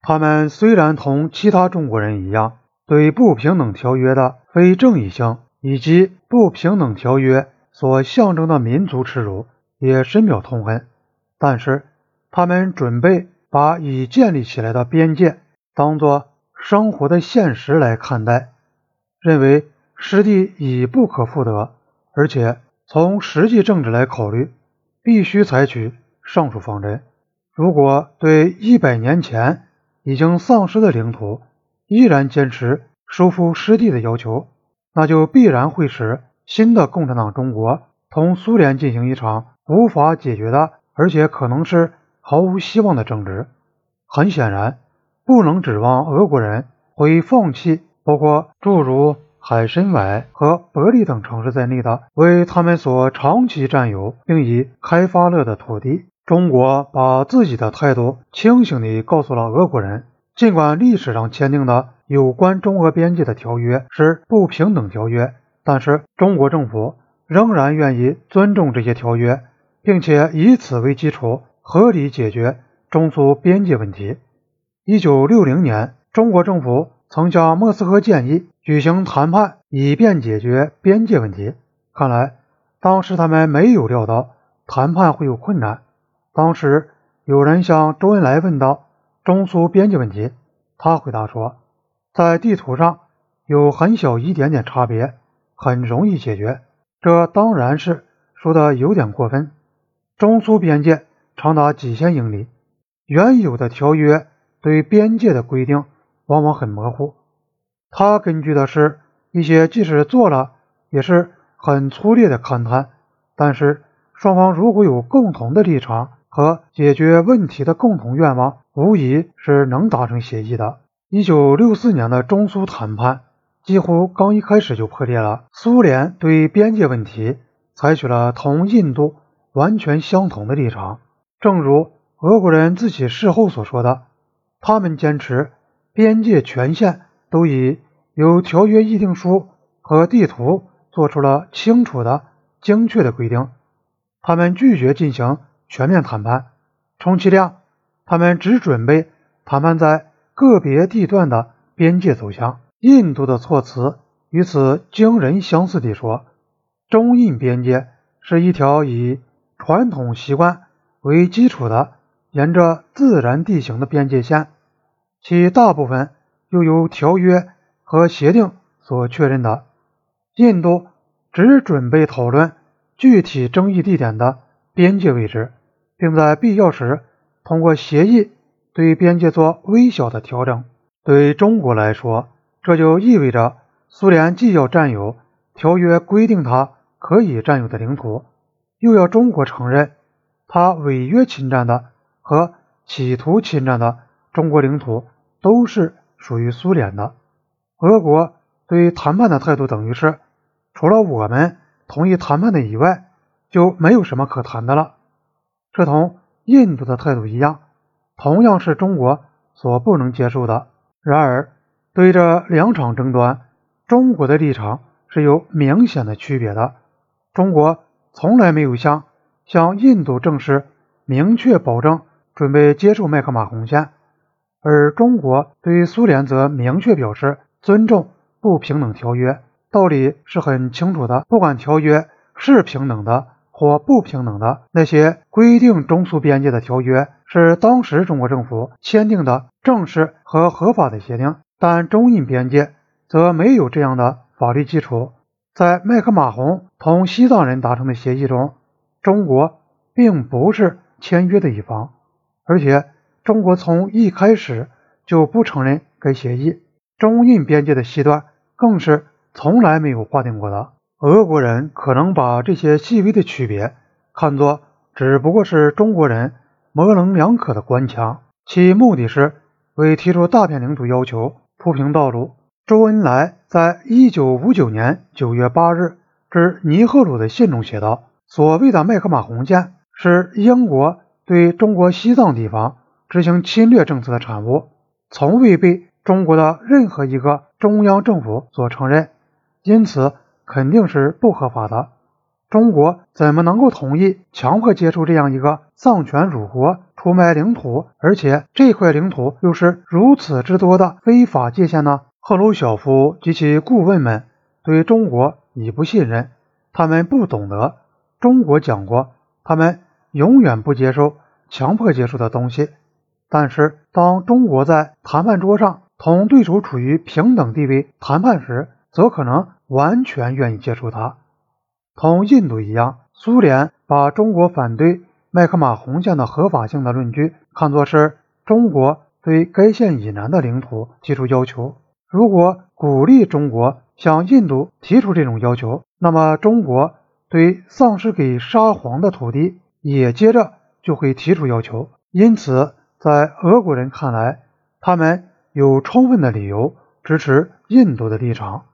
他们虽然同其他中国人一样，对不平等条约的非正义性以及不平等条约所象征的民族耻辱也深表痛恨，但是他们准备把已建立起来的边界当作生活的现实来看待，认为失地已不可复得，而且从实际政治来考虑，必须采取上述方针。如果对100年前已经丧失的领土依然坚持收复失地的要求，那就必然会使新的共产党中国同苏联进行一场无法解决的，而且可能是毫无希望的争执。很显然，不能指望俄国人会放弃包括诸如海参崴和伯利等城市在内的为他们所长期占有并已开发了的土地。中国把自己的态度清醒地告诉了俄国人，尽管历史上签订的有关中俄边界的条约是不平等条约，但是中国政府仍然愿意尊重这些条约，并且以此为基础合理解决中苏边界问题。1960年，中国政府曾向莫斯科建议举行谈判，以便解决边界问题。看来当时他们没有料到谈判会有困难。当时有人向周恩来问到中苏边界问题，他回答说，在地图上有很小一点点差别，很容易解决。这当然是说的有点过分，中苏边界长达几千英里，原有的条约对边界的规定往往很模糊，他根据的是一些即使做了也是很粗略的勘探，但是双方如果有共同的立场和解决问题的共同愿望，无疑是能达成协议的。1964年的中苏谈判几乎刚一开始就破裂了，苏联对边界问题采取了同印度完全相同的立场，正如俄国人自己事后所说的，他们坚持边界权限都以由条约议定书和地图做出了清楚的精确的规定，他们拒绝进行全面谈判，充其量他们只准备谈判在个别地段的边界走向。印度的措辞与此惊人相似地说，中印边界是一条以传统习惯为基础的沿着自然地形的边界线，其大部分又由条约和协定所确认的。印度只准备讨论具体争议地点的边界位置，并在必要时通过协议对边界做微小的调整。对中国来说，这就意味着苏联既要占有条约规定它可以占有的领土，又要中国承认它违约侵占的和企图侵占的中国领土都是属于苏联的。俄国对谈判的态度等于是，除了我们同意谈判的以外，就没有什么可谈的了。这同印度的态度一样，同样是中国所不能接受的。然而，对这两场争端，中国的立场是有明显的区别的。中国从来没有向印度正式明确保证准备接受麦克马洪线，而中国对苏联则明确表示尊重不平等条约。道理是很清楚的，不管条约是平等的或不平等的，那些规定中苏边界的条约是当时中国政府签订的正式和合法的协定，但中印边界则没有这样的法律基础。在麦克马洪同西藏人达成的协议中，中国并不是签约的一方，而且中国从一开始就不承认该协议，中印边界的西段更是从来没有划定过的。俄国人可能把这些细微的区别看作只不过是中国人模棱两可的官腔，其目的是为提出大片领土要求铺平道路。周恩来在1959年9月8日致尼赫鲁的信中写道，所谓的麦克马洪线是英国对中国西藏地方执行侵略政策的产物，从未被中国的任何一个中央政府所承认，因此肯定是不合法的。 中国怎么能够同意强迫接受这样一个丧权辱国、出卖领土，而且这块领土又是如此之多的非法界限呢？赫鲁晓夫及其顾问们对中国已不信任，他们不懂得中国讲过，他们永远不接受强迫接受的东西。但是当中国在谈判桌上同对手处于平等地位谈判时，则可能完全愿意接受它。同印度一样，苏联把中国反对麦克马洪线的合法性的论据看作是中国对该线以南的领土提出要求。如果鼓励中国向印度提出这种要求，那么中国对丧失给沙皇的土地也接着就会提出要求。因此在俄国人看来，他们有充分的理由支持印度的立场。